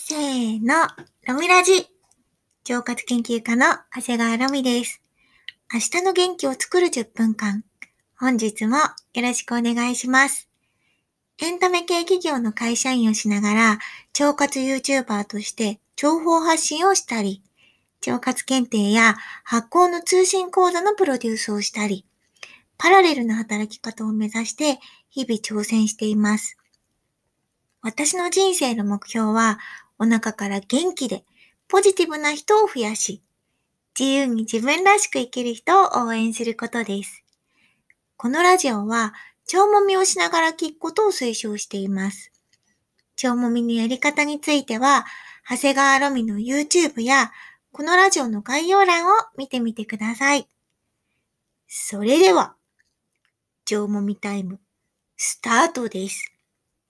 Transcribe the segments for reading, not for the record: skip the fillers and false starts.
せーの、ロミラジ。腸活研究家の長谷川ロミです。明日の元気を作る10分間。本日もよろしくお願いします。エンタメ系企業の会社員をしながら、腸活 YouTuber として情報発信をしたり、腸活検定や発行の通信講座のプロデュースをしたり、パラレルな働き方を目指して日々挑戦しています。私の人生の目標は、お腹から元気でポジティブな人を増やし、自由に自分らしく生きる人を応援することです。このラジオは、腸もみをしながら聞くことを推奨しています。腸もみのやり方については、長谷川ロミの YouTube や、このラジオの概要欄を見てみてください。それでは、腸もみタイム、スタートです。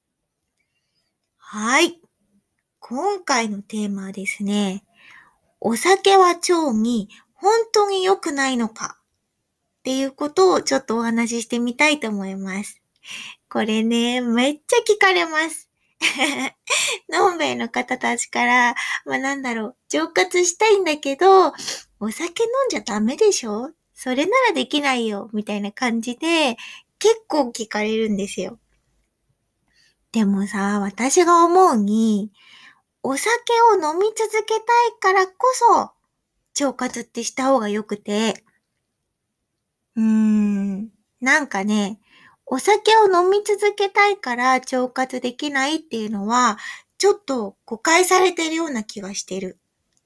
はい。今回のテーマはですね、お酒は腸に本当に良くないのかっていうことをちょっとお話ししてみたいと思います。これね、めっちゃ聞かれます。のんべいの方たちから、腸活したいんだけど、お酒飲んじゃダメでしょ？それならできないよ、みたいな感じで結構聞かれるんですよ。でもさ、私が思うに、お酒を飲み続けたいからこそ、腸活ってした方が良くて、なんかね、お酒を飲み続けたいから腸活できないっていうのは、ちょっと誤解されてるような気がしてる。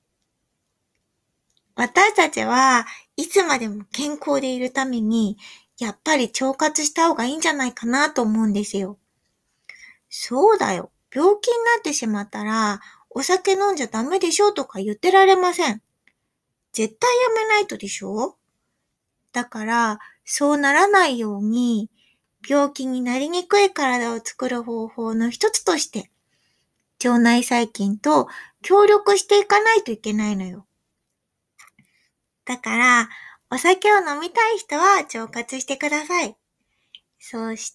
私たちはいつまでも健康でいるために、やっぱり腸活した方がいいんじゃないかなと思うんですよ。そうだよ。病気になってしまったら、お酒飲んじゃダメでしょとか言ってられません。絶対やめないとでしょ？だから、そうならないように、病気になりにくい体を作る方法の一つとして、腸内細菌と協力していかないといけないのよ。だから、お酒を飲みたい人は腸活してください。そして、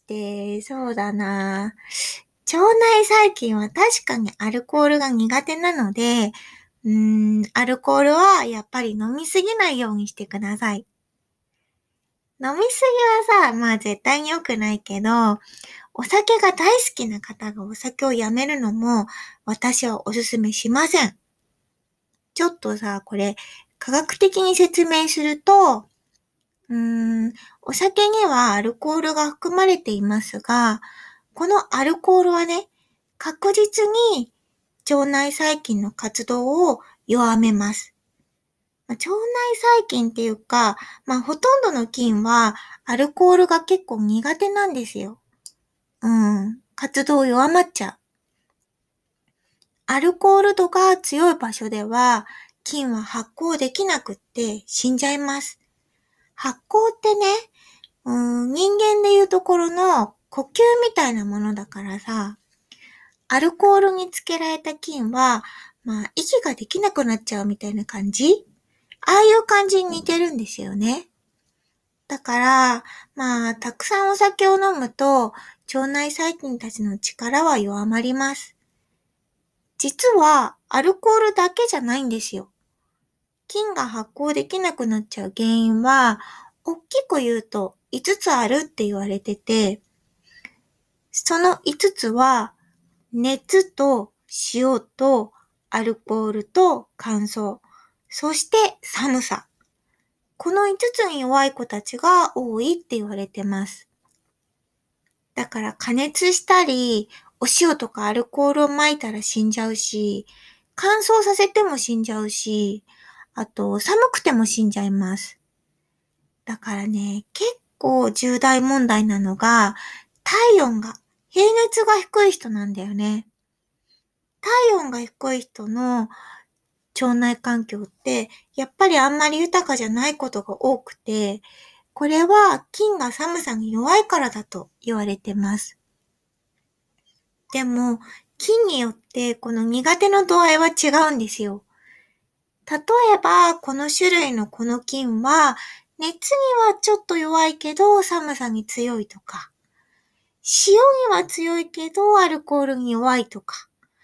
そうだな。腸内細菌は確かにアルコールが苦手なので、アルコールはやっぱり飲みすぎないようにしてください。飲みすぎはさ、絶対に良くないけど、お酒が大好きな方がお酒をやめるのも私はおすすめしません。ちょっとさ、これ科学的に説明すると、お酒にはアルコールが含まれていますが、このアルコールはね、確実に腸内細菌の活動を弱めます。腸内細菌っていうか、ほとんどの菌はアルコールが結構苦手なんですよ。活動弱まっちゃう。アルコール度が強い場所では、菌は発酵できなくって死んじゃいます。発酵ってね、人間でいうところの呼吸みたいなものだからさ、アルコールにつけられた菌は、息ができなくなっちゃうみたいな感じ？ああいう感じに似てるんですよね。だから、たくさんお酒を飲むと、腸内細菌たちの力は弱まります。実は、アルコールだけじゃないんですよ。菌が発酵できなくなっちゃう原因は、大きく言うと5つあるって言われてて、その5つは、熱と塩とアルコールと乾燥、そして寒さ。この5つに弱い子たちが多いって言われてます。だから加熱したり、お塩とかアルコールを撒いたら死んじゃうし、乾燥させても死んじゃうし、あと寒くても死んじゃいます。だからね、結構重大問題なのが、体温が、平熱が低い人なんだよね。体温が低い人の腸内環境って、やっぱりあんまり豊かじゃないことが多くて、これは菌が寒さに弱いからだと言われてます。でも、菌によってこの苦手の度合いは違うんですよ。例えば、この種類のこの菌は、熱にはちょっと弱いけど寒さに強いとか、塩には強いけどアルコールに弱いとか、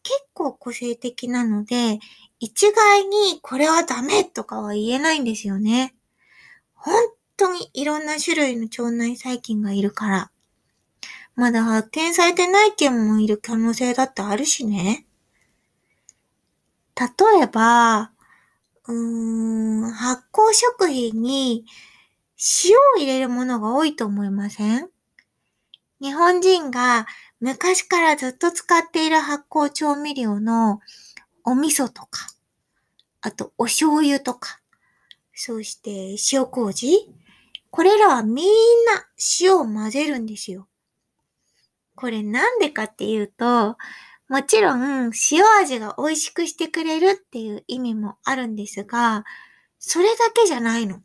結構個性的なので、一概にこれはダメとかは言えないんですよね。本当にいろんな種類の腸内細菌がいるから。まだ発見されてない菌もいる可能性だってあるしね。例えば、発酵食品に塩を入れるものが多いと思いません？日本人が昔からずっと使っている発酵調味料のお味噌とか、あとお醤油とか、そして塩麹、これらはみんな塩を混ぜるんですよ。これなんでかっていうと、もちろん塩味が美味しくしてくれるっていう意味もあるんですが、それだけじゃないの。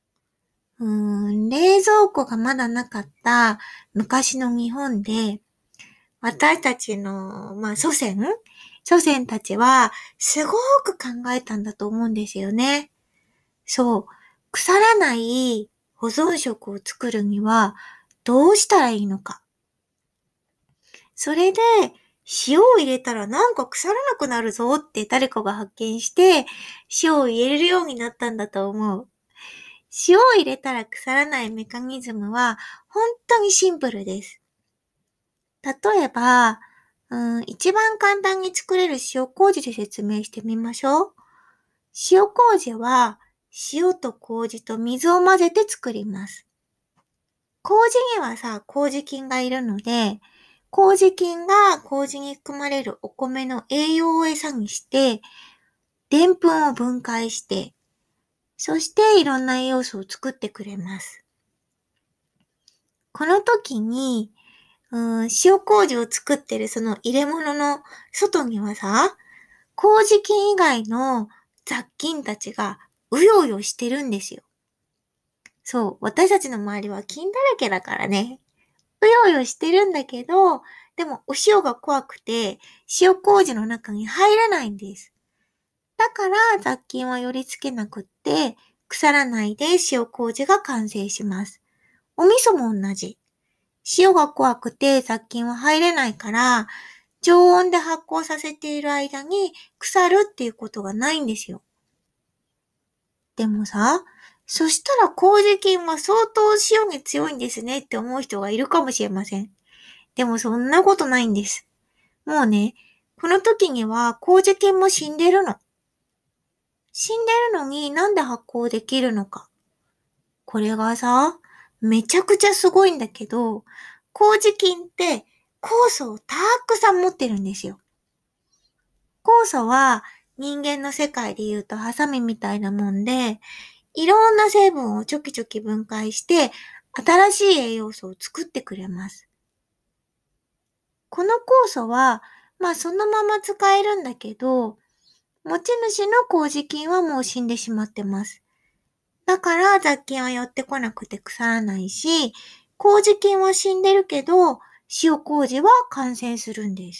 冷蔵庫がまだなかった昔の日本で、私たちの、祖先たちはすごく考えたんだと思うんですよね。そう、腐らない保存食を作るにはどうしたらいいのか。それで、塩を入れたらなんか腐らなくなるぞって誰かが発見して、塩を入れれるようになったんだと思う。塩を入れたら腐らないメカニズムは本当にシンプルです。例えば、一番簡単に作れる塩麹で説明してみましょう。塩麹は塩と麹と水を混ぜて作ります。麹には麹菌がいるので、麹菌が麹に含まれるお米の栄養を餌にして、でんぷんを分解して、そしていろんな栄養素を作ってくれます。この時に、塩麹を作ってるその入れ物の外には麹菌以外の雑菌たちがうようよしてるんですよ。そう、私たちの周りは菌だらけだからね。うようよしてるんだけど、でもお塩が怖くて塩麹の中に入らないんです。だから雑菌は寄り付けなくって腐らないで塩麹が完成します。お味噌も同じ。塩が怖くて雑菌は入れないから、常温で発酵させている間に腐るっていうことがないんですよ。でもそしたら麹菌は相当塩に強いんですねって思う人がいるかもしれません。でもそんなことないんです。もうね、この時には麹菌も死んでるの。死んでるのになんで発酵できるのか。これがめちゃくちゃすごいんだけど、麹菌って酵素をたくさん持ってるんですよ。酵素は人間の世界で言うとハサミみたいなもんで、いろんな成分をちょきちょき分解して新しい栄養素を作ってくれます。この酵素はそのまま使えるんだけど、持ち主の麹菌はもう死んでしまってます。だから雑菌は寄ってこなくて腐らないし、麹菌は死んでるけど、塩麹は感染するんです。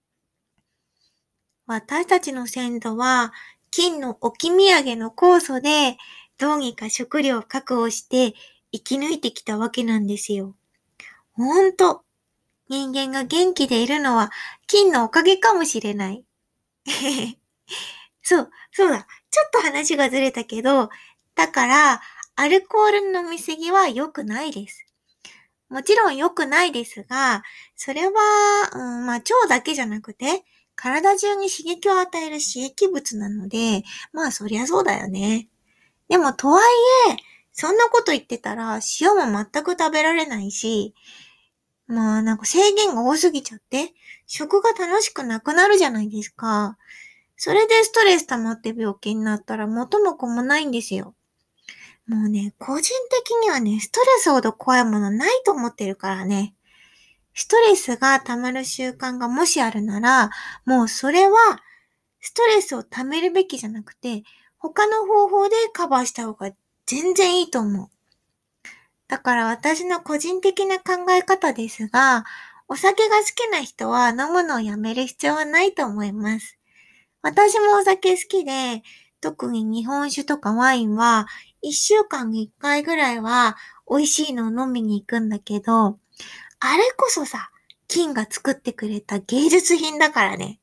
私たちの先祖は、金の置き土産の酵素で、どうにか食料を確保して生き抜いてきたわけなんですよ。ほんと、人間が元気でいるのは金のおかげかもしれない。そうだ。ちょっと話がずれたけど、だから、アルコールの飲みすぎは良くないです。もちろん良くないですが、それは、腸だけじゃなくて、体中に刺激を与える刺激物なので、そりゃそうだよね。でも、とはいえ、そんなこと言ってたら、塩も全く食べられないし、制限が多すぎちゃって、食が楽しくなくなるじゃないですか。それでストレス溜まって病気になったら元も子もないんですよ。もうね、個人的にはね、ストレスほど怖いものないと思ってるからね。ストレスが溜まる習慣がもしあるなら、もうそれは、ストレスを溜めるべきじゃなくて、他の方法でカバーした方が全然いいと思う。だから私の個人的な考え方ですが、お酒が好きな人は飲むのをやめる必要はないと思います。私もお酒好きで、特に日本酒とかワインは、1週間に1回ぐらいは美味しいのを飲みに行くんだけど、あれこそ金が作ってくれた芸術品だからね。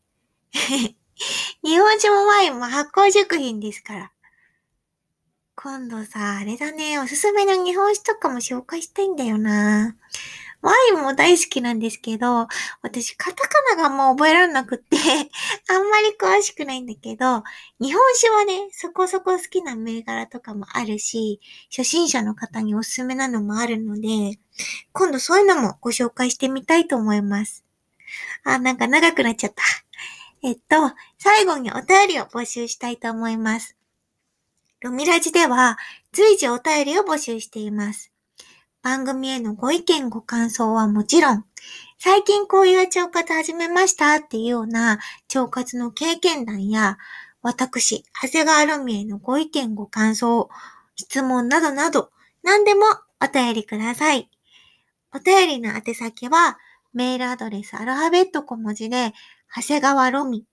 日本酒もワインも発酵食品ですから。今度さ、あれだね、おすすめの日本酒とかも紹介したいんだよな。ワインも大好きなんですけど、私カタカナがあんま覚えられなくってあんまり詳しくないんだけど、日本酒はね、そこそこ好きな銘柄とかもあるし、初心者の方におすすめなのもあるので、今度そういうのもご紹介してみたいと思います。なんか長くなっちゃった。最後にお便りを募集したいと思います。ロミラジでは随時お便りを募集しています。番組へのご意見ご感想はもちろん、最近こういう腸活始めましたっていうような腸活の経験談や、私、長谷川ロミへのご意見ご感想、質問などなど、何でもお便りください。お便りの宛先は、メールアドレスアルファベット小文字で、長谷川ロミ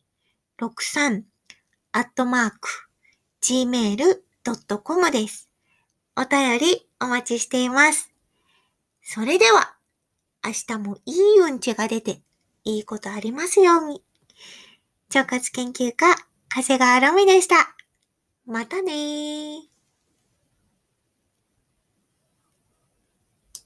63@gmail.com です。お便りお待ちしています。それでは、明日もいいうんちが出て、いいことありますように。腸活研究家、長谷川ロミでした。またねー。